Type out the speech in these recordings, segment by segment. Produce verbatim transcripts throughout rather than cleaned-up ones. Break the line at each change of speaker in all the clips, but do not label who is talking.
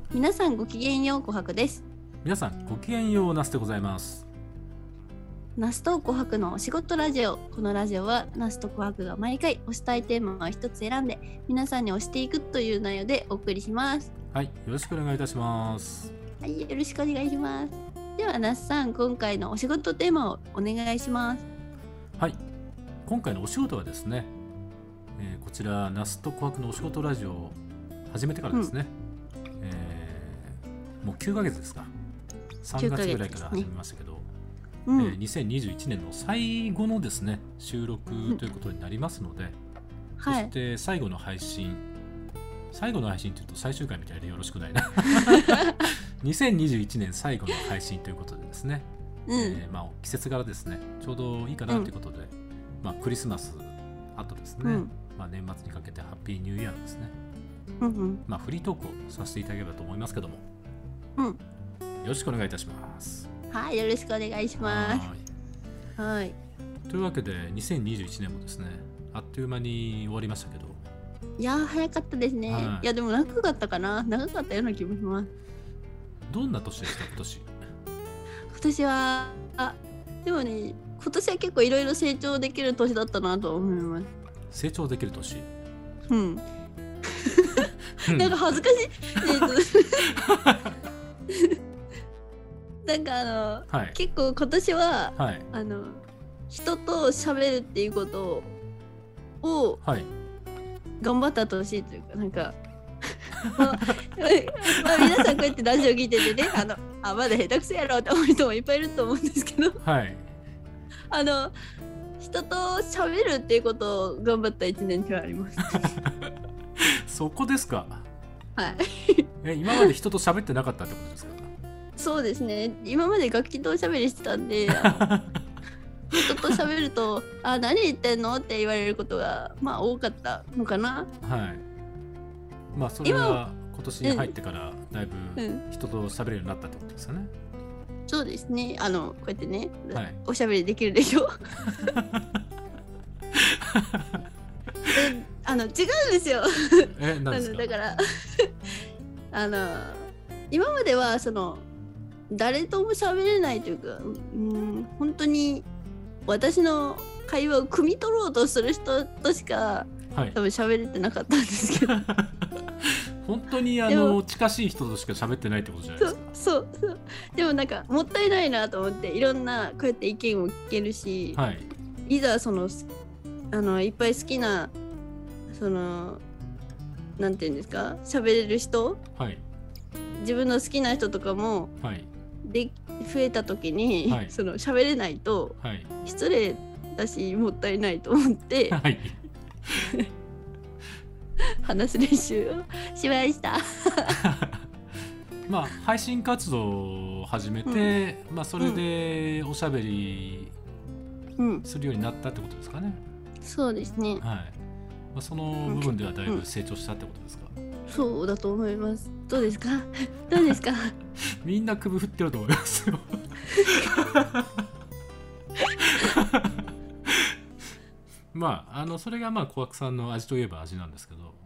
皆さんごきげんよう、琥珀です。
皆さんごきげんよう、ナスでございます。
ナスと琥珀のお仕事ラジオ。このラジオはナスと琥珀が毎回推したいテーマを一つ選んで皆さんに推していくという内容でお送りします。
はい、よろしくお願いいたします。
はい、よろしくお願いします。ではナスさん、今回のお仕事テーマをお願いします。
はい、今回のお仕事はですね、えー、こちらナスと琥珀のお仕事ラジオを始めてからですね、うんえー、もうきゅうかげつですか。さんがつぐらいから始めましたけど、うん、えー、にせんにじゅういちねんの最後のですね収録ということになりますので、うん、そして最後の配信、はい、最後の配信というと最終回みたいでよろしくないなにせんにじゅういちねん最後の配信ということでですね、うんえーまあ、季節柄ですねちょうどいいかなということで、うんまあ、クリスマスあとですね、うんまあ、年末にかけてハッピーニューイヤーですね、うんうんまあ、フリートークをさせていただければと思いますけども、うん、よろしくお願いいたします。
はい、よろしくお願いします。はいはい
というわけでにせんにじゅういちねんもですねあっという間に終わりましたけど、
いやー早かったですね、はい、いやでも長かったかな長かったような気もします。
どんな年でした今年？
今年はあでもね今年は結構いろいろ成長できる年だったなと思います。
成長できる年
うんなんか恥ずかしいなんかあの、はい、結構今年は、はい、あの人と喋るっていうことを、はい、頑張った年というかなんかまあ、まあ、皆さんこうやってラジオ聞いててねあのあまだ下手くそやろって思う人もいっぱいいると思うんですけど、はい、あの人と喋るっていうことを頑張ったいちねんではあります
そこですか。
はい
え今まで人と喋ってなかったってことですか？
そうですね今まで楽器とおしゃべりしてたんで人と喋るとあ何言ってんのって言われることがまあ多かったのかな。
はいまあそれは今年に入ってからだいぶ人と喋れるようになったってことですかね、うんうん
そうですねあのこうやってね、はい、おしゃべりできるでしょあの違うんですよ
え何ですか？
だからあの今まではその誰とも喋れないというか、うん、本当に私の会話を汲み取ろうとする人としか、はい、多分喋れてなかったんですけど
本当にあの近しい人としか喋ってないってことじゃないですか。
そうそうそうでもなんかもったいないなと思っていろんなこうやって意見を聞けるし、はい、いざそのあのいっぱい好きなそのなんていうんですか喋れる人、はい、自分の好きな人とかも、はい、で増えた時に、はい、その喋れないと、はい、失礼だしもったいないと思って、はい、話す練習をしました
まあ配信活動を始めて、うんまあ、それでおしゃべりするようになったってことですかね、
うん、そうですね、はい
まあ、その部分ではだいぶ成長したってことですか？
うんうん、そうだと思います。どうですかどうですか
みんな首振ってると思いますよまああのそれがまあ琥珀さんの味といえば味なんですけど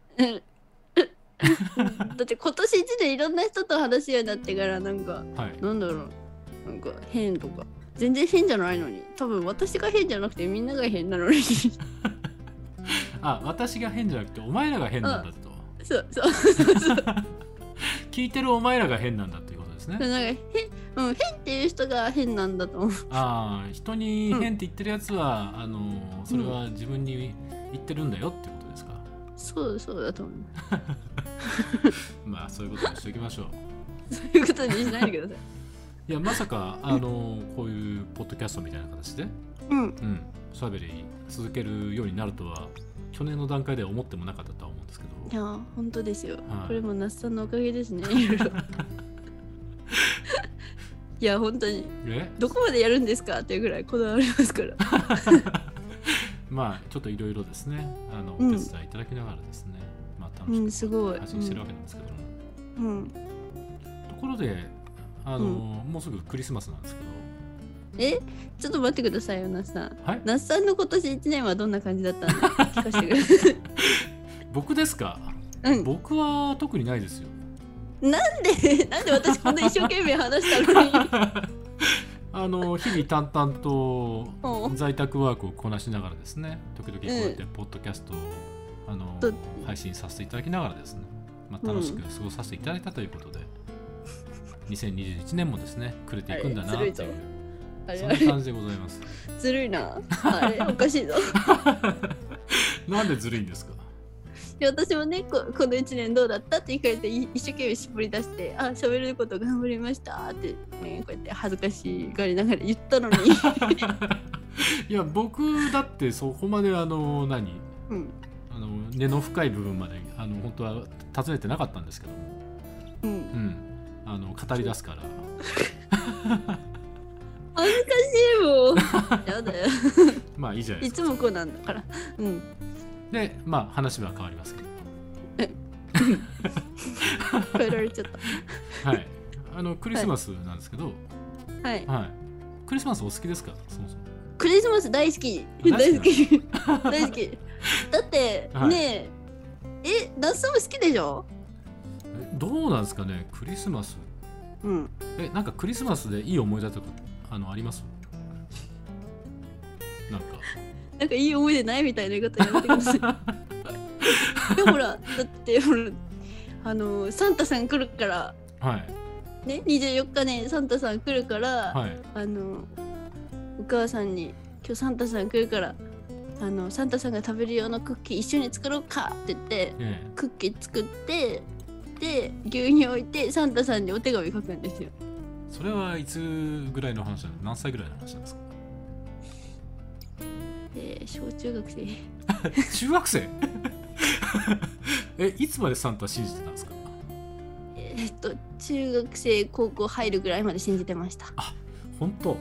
だって今年一年いろんな人と話すようになってからなんか、はい、なんだろうなんか変とか全然変じゃないのに多分私が変じゃなくてみんなが変なのに
あ私が変じゃなくてお前らが変なんだと。
そうそうそう
聞いてるお前らが変なんだっていうことですね。
なんか変、うん、変っていう人が変なんだと思う。
ああ人に変って言ってるやつは、うん、あのそれは自分に言ってるんだよっていうことですか？
そうそうだと思う
まあそういうことにしておきましょう
そういうことにしないでください
いやまさかあのこういうポッドキャストみたいな形でうんうんおしゃべり続けるようになるとは去年の段階では思ってもなかったとは思うんですけど。
いや本当ですよ、はい、これも那須さんのおかげですねいろいろいや本当にどこまでやるんですかっていうぐらいこだわりますから
まあちょっといろいろですねあのお手伝いいただきながらですね、うん、まあ楽しく発信してるわけなんですけど、うんうん、ところであの、うん、もうすぐクリスマスなんですけど
えちょっと待ってくださいよ那須さん、はい、那須さんの今年いちねんはどんな感じだったんですか聞かせてください
僕ですか、うん、僕は特にないですよ。
なんでなんで私こんな一生懸命話したのに
あの日々淡々と在宅ワークをこなしながらですね、時々こうやってポッドキャストを、あの配信させていただきながらですね、まあ、楽しく過ごさせていただいたということで、うん、にせんにじゅういちねんもですねくれていくんだなっていう、そんな感じでございます。
ずるいな。あれおかしいぞ
なんでずるいんですか。
私もね こ, このいちねんどうだったって聞かれて一生懸命絞り出して、あ、喋ること頑張りましたって、ね、こうやって恥ずかしがりながら言ったのに
いや僕だってそこまであの何、うん、あの根の深い部分まであの本当は尋ねてなかったんですけども、うん、うん、あの語り出すから
恥ずかしいもんやだよ
まあいいじゃないです
か、いつもこうなんだから。うん。
で、まあ話は変わりますけど。
超えられちゃった。
はい。あのクリスマスなんですけど、
はい。
はい。クリスマスお好きですか？そもそも。
クリスマス大好き。大好き。大好き。だって、はい、ねえ、え、夏も好きでしょ？
どうなんですかね、クリスマス。うん。え、なんかクリスマスでいい思い出とかあのあります？なんか。
なんかいい思い出ないみたいな言い方やめてくださいでもほら、だってほらあのサンタさん来るから、はい、ね、にじゅうよっかねサンタさん来るから、はい、あのお母さんに今日サンタさん来るからあのサンタさんが食べる用のクッキー一緒に作ろうかって言って、うん、クッキー作ってで牛乳置いてサンタさんにお手紙書くんですよ。
それはいつぐらいの話なの？何歳ぐらいの話なんですか？
えー、小中学生
中学生え、いつまでサンタ信じてたんですか？
えー、っと中学生高校入るぐらいまで信じてました。
あ、本当？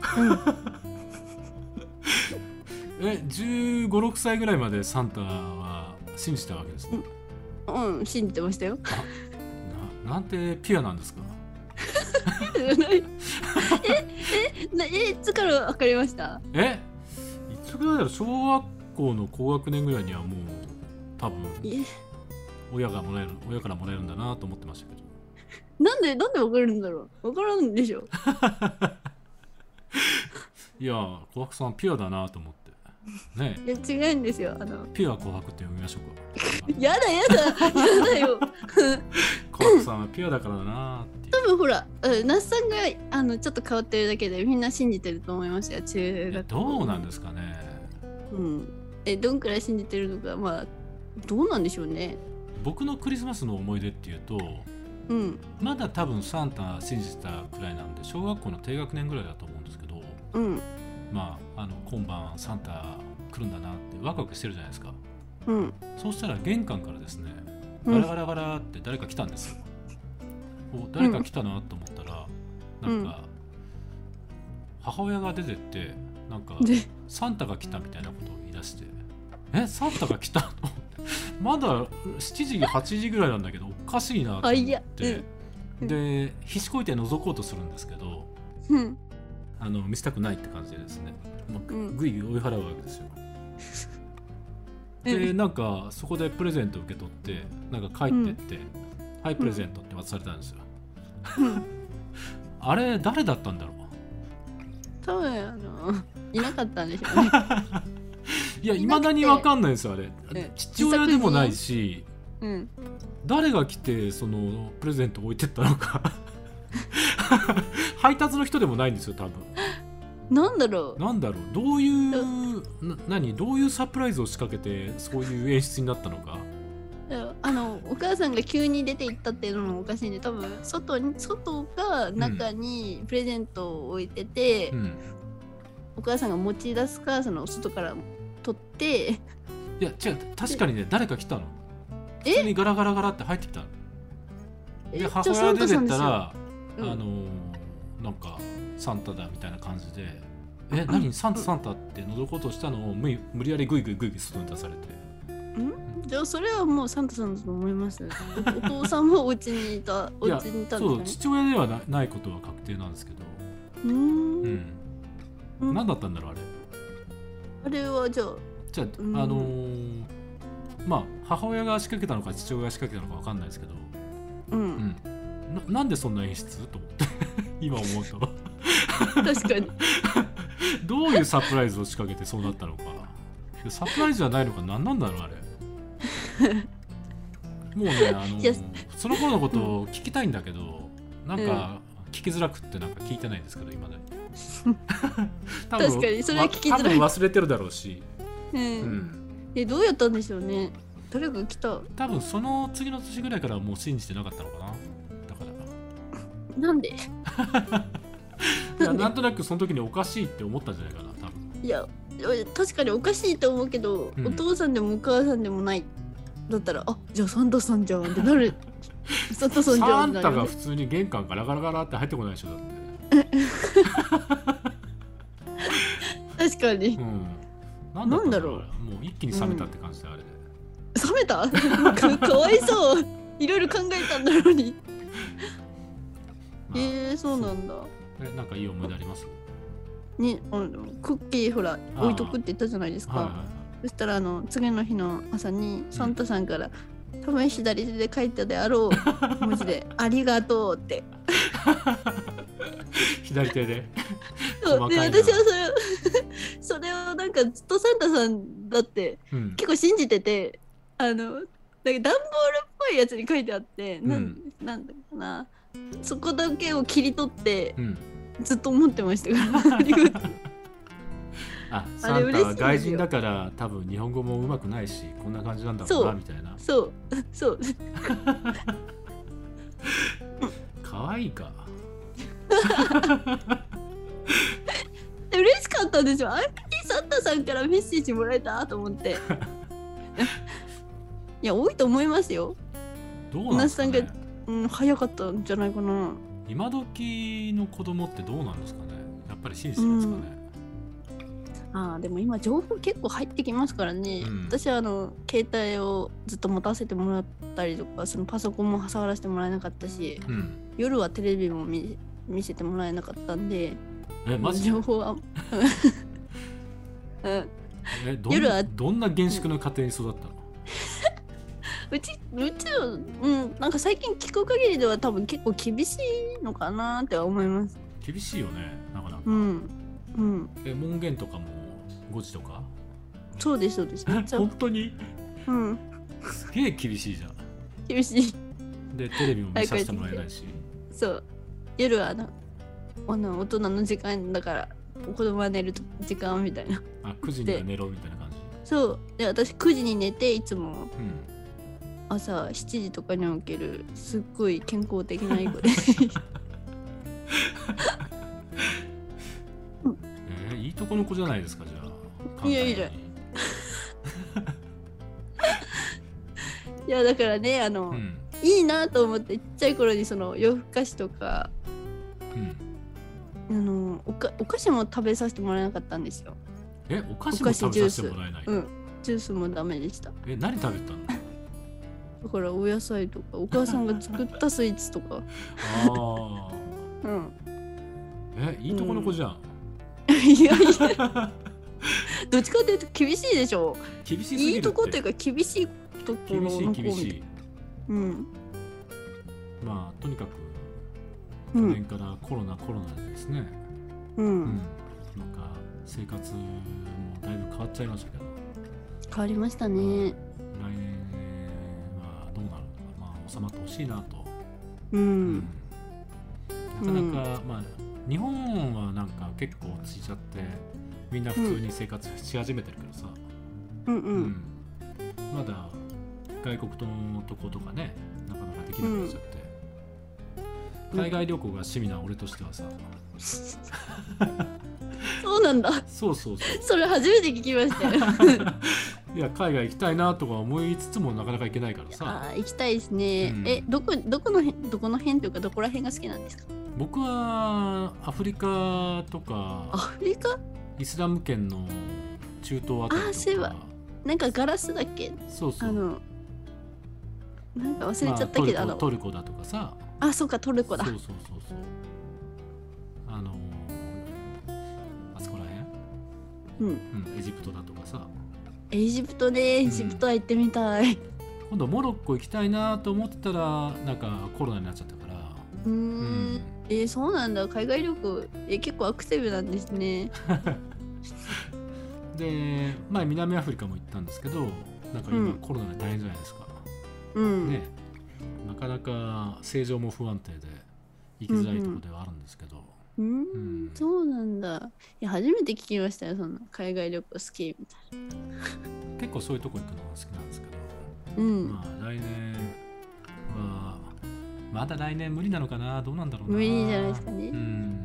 え、じゅうご、ろくさいぐらいまでサンタは信じたわけですね。
うん、うん、信じてましたよ。
な, なんてピュアなんですか？
ええなえいつから分かりました？
えいつぐらいだろう。小学校の高学年ぐらいにはもう多分親がもらえる親からもらえるんだなと思ってましたけど。
なんでなんで分かるんだろう。分からんでしょ
いや琥珀さんピュアだなと思ってね。
いや違うんですよ。あの
ピュア琥珀って読みましょうか。
やだやだやだよ
琥珀さんはピュアだからだなっていう。
多分ほら那須さんがあのちょっと変わってるだけでみんな信じてると思いますよ。中学
どうなんですかね。
うんえどんくらい信じてるのか、まあどうなんでしょうね。
僕のクリスマスの思い出っていうと、うん、まだ多分サンタ信じたくらいなんで小学校の低学年ぐらいだと思うんですけど、うん、まああの今晩サンタ来るんだなってワクワクしてるじゃないですか、うん、そうしたら玄関からですねガラガラガラって誰か来たんですよ、うん、お誰か来たなと思ったら、うん、なんか母親が出てってなんかサンタが来たみたいなことを言い出してえサンタが来たとまだしちじはちじぐらいなんだけどおかしいなと思って、うん、でひしこいて覗こうとするんですけど、うん、あの見せたくないって感じでですね、まあ、ぐいぐい追い払うわけですよ、うん、でなんかそこでプレゼント受け取ってなんか帰ってって、うん、はいプレゼントって渡されたんですよ、うん、あれ誰だったんだろう。
多分あのいなかったんでしょうね
いや、いまだに分かんないですよあれ、うん、父親でもないし、うん、誰が来てそのプレゼントを置いてったのか配達の人でもないんですよ多分。
なんだろう
なんだろうどういうな何どういうサプライズを仕掛けてそういう演出になったのか。
あのお母さんが急に出て行ったっていうのもおかしいんで多分外に外が中にプレゼントを置いてて、うん、お母さんが持ち出すかその外から取ってい
や違う確かにね誰か来たの。普通にガラガラガラって入ってきたので母親が出てったら、うん、あのー、なんかサンタだみたいな感じでえ何サンタサンタって覗こうとしたのを無理やりグイグイグイグイ外に出されて
んじゃあそれはもうサンタさんだと思いますお, お父さんもお家にいたお家にいたんですかね。
そう父親では な, ないことは確定なんですけどうーん、うん、何だったんだろうあれ。
あれはじゃあ
じゃあ、うん、あのー、まあ母親が仕掛けたのか父親が仕掛けたのか分かんないですけど、
うん、うん、
な, なんでそんな演出と思って今思うと
確かに
どういうサプライズを仕掛けてそうなったのか。サプライズじゃないのか何なんだろうあれもうねあのその頃のことを聞きたいんだけど、うん、なんか聞きづらくってなんか聞いてないんですけど今で多分
確かにそれは聞きづらい。
多分忘れてるだろうし、
うんうん、えどうやったんでしょうね。誰が来た。
多分その次の年ぐらいからもう信じてなかったのかな。だから
なんで
いやなんとなくその時におかしいって思ったんじゃないかな多分。
いや確かにおかしいと思うけど、うん、お父さんでもお母さんでもないだったらあじゃあサンタさんじゃんってなるサンタさんじゃん
サンタが普通に玄関ガラガラガラって入ってこないでしょだって
確かに、
うん、なんだなんだろう。もう一気に冷めたって感じで、うん、あれで
冷めたか, かわいそういろいろ考えたんだろうにえー、そうなんだ。
えなんかいい思い出あります？
にあのクッキーほら置いとくって言ったじゃないですか、はいはいはい、そしたらあの次の日の朝にサンタさんから、うん、多分左手で書いたであろう文字でありがとうって
左手で
そうで私はそれをそれをなんかずっとサンタさんだって、うん、結構信じててあのなんか段ボールっぽいやつに書いてあって、うん、なんなんだかなそこだけを切り取って、うんずっと思ってましたから
あサンタは外人だから多分日本語もうまくないしこんな感じなんだろうなみたいな。
そうそう
かわいいか
嬉しかったんですよ。あんなにサンタさんからメッセージもらえたと思っていや多いと思いますよ。
どうなんですかね。
那須さんが、うん、早かったんじゃないかな。
今時の子供ってどうなんですかね。やっぱり信じてるんですかね、
うん、あでも今情報結構入ってきますからね、うん、私はあの携帯をずっと持たせてもらったりとかそのパソコンも触らせてもらえなかったし、うん、夜はテレビも 見, 見せてもらえなかったんで
えマジ
情報は、うん、
えど夜はどんな厳粛な家庭に育ったの、
うちうちは、うん、なんか最近聞く限りでは多分結構厳しいのかなって思います。
厳しいよねなかなか、
うんうん、
え門限とかもごじとか。
そうですそうです
本当に、
うん、
すげえ厳しいじゃん。
厳しい
でテレビも見させてもらえないし
そう夜はあのあの大人の時間だから子供は寝る時間みたいな。
あくじには寝ろみたいな感じ。
そうで私くじに寝ていつも、うん朝しちじとかに起きるすっごい健康的ないい子で
えー、いいとこの子じゃないですかじゃあ。
いやいやいやだからねあの、うん、いいなと思ってちっちゃい頃にその夜更かしとか、うん、あの お, かお菓子も食べさせてもらえなかったんですよ。
えお菓子も食べさせてもらえない。
うんジュースもダメでした。
え何食べたの
だからお野菜とかお母さんが作ったスイーツとか
ああ
うん
えいいとこの子じゃん、
うん、いやいやどっちかというと厳しいでしょ。
厳しすぎるって。
いいとこっていうか厳しいところの子。
厳しい厳しい。
うん
まあとにかく去年からコロナ、うん、コロナでですね
うん、うん、
なんか生活もだいぶ変わっちゃいましたけど。
変わりましたね。来
年どうなるのか、まあ、収まってほしいなと、
うんうん、
なかなか、うんまあ、日本はなんか結構落ち着いちゃってみんな普通に生活し始めてるけどさ、
うんうんうん、
まだ外国のとことかねなかなかできなくなっちゃって、うん、海外旅行が趣味な俺としてはさ、
うん、そうなんだ。
そうそうそう
それ初めて聞きましたよ
いや海外行きたいなとか思いつつもなかなか行けないからさ。
あ行きたいですね、うん、えどこどこの辺どこの辺というかどこら辺が好きなんですか。
僕はアフリカとか
アフリカ
イスラム圏の中東あたりとか。あ
そういえばなんかガラスだっけ。
そうそう
あのなんか忘れちゃったけど、まあ、
トルコ、トルコだとかさ。
あそうかトルコだ。
そうそうそうそうあのあそこら辺、
うん、
うん、エジプトだとかさ。
エジプトねエジプトは行ってみたい、
うん、 今度モロッコ行きたいなと思ってたらなんかコロナになっちゃったから。
うーん、うん、えー、そうなんだ。海外旅行、えー、結構アクティブなんですね。
で前南アフリカも行ったんですけど、なんか今コロナで大変じゃないですか、うんね、なかなか政情も不安定で行きづらいところではあるんですけど、
うん、うんうん、そうなんだ。いや初めて聞きましたよ、そんな海外旅行好きみたいな。
結構そういうとこ行くのが好きなんですけ
ど、うん、
まあ来年はまだ来年無理なのかな、どうなんだろうな。
無理じゃないですかね、うん、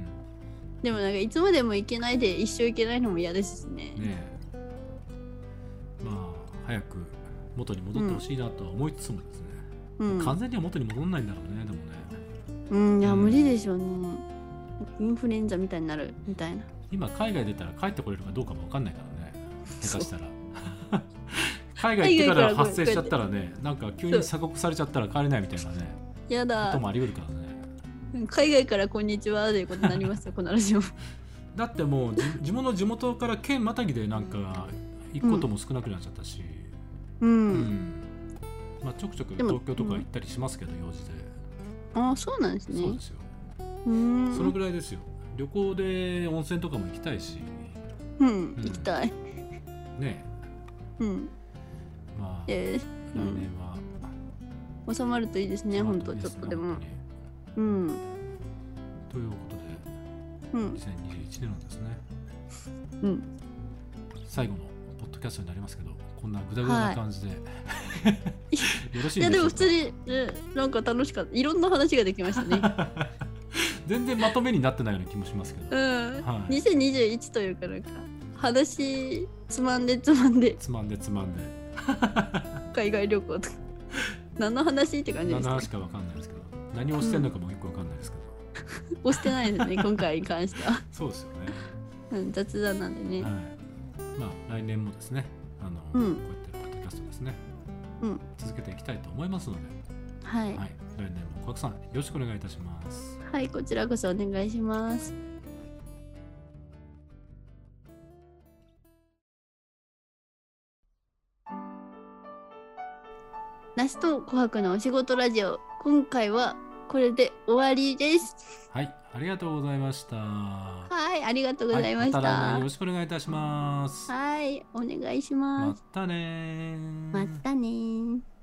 でもなんかいつまでも行けないで一生行けないのも嫌ですしね。
ねえ、まあ早く元に戻ってほしいなとは思いつつもですね、うん、完全には元に戻んないんだろうね。でもね、
うん、いや、うん、無理でしょうね。インフルエンザみたいになるみたいな。
今海外出たら帰ってこれるかどうかも分かんないからね、下手したら海外行ってから発生しちゃったらね、なんか急に鎖国されちゃったら帰れないみたいなね、
やだ
こともあり得るからね。
海外からこんにちはということになりますよこのラジオ。
だってもう地元地元から県またぎでなんか行くことも少なくなっちゃったし、うん、うん、まあ、ちょくちょく東京とか行ったりしますけど、用事で。
ああ、そうなんですね。
そうですよ。うん、そのぐらいですよ。旅行で温泉とかも行きたいし、
うん、うん、行きたい
ね
え、うん、
まあ、えー、来年は、
うん、収まるといいですね、本当ちょっとでも。うん。
ということで、うん、にせんにじゅういちねんのですね、
うん、
最後のポッドキャストになりますけど、こんなグダグダな感じで、はい、よろしいでしょうか。いや
でも普通に、ね、なんか楽しかった。いろんな話ができましたね。
全然まとめになってないような気もしますけど、うん、
はい、にせんにじゅういちというかなんか話つまんでつまんで
つまんでつまんで
海外旅行とか何の話って感じですか。
何の話か分かんないですけど、何をしてんのかもよく分かんないですけ
ど、うん、押してないですね今回に関しては。
そうですよね、
うん、雑談なんでね、はい、
まあ来年もですね、あの、うん、こうやってポッドキャストですね、うん、続けていきたいと思いますので、はい、はい、来年も小悪さんよろしくお願いいたします。
はい、こちらこそお願いします。梨と琥珀のお仕事ラジオ、今回はこれで終わりです。
はい、ありがとうございました。は
い、ありがとうございました。はい、
また来年よろしくお願いいたします。
はい、お願いします。
またね
またね。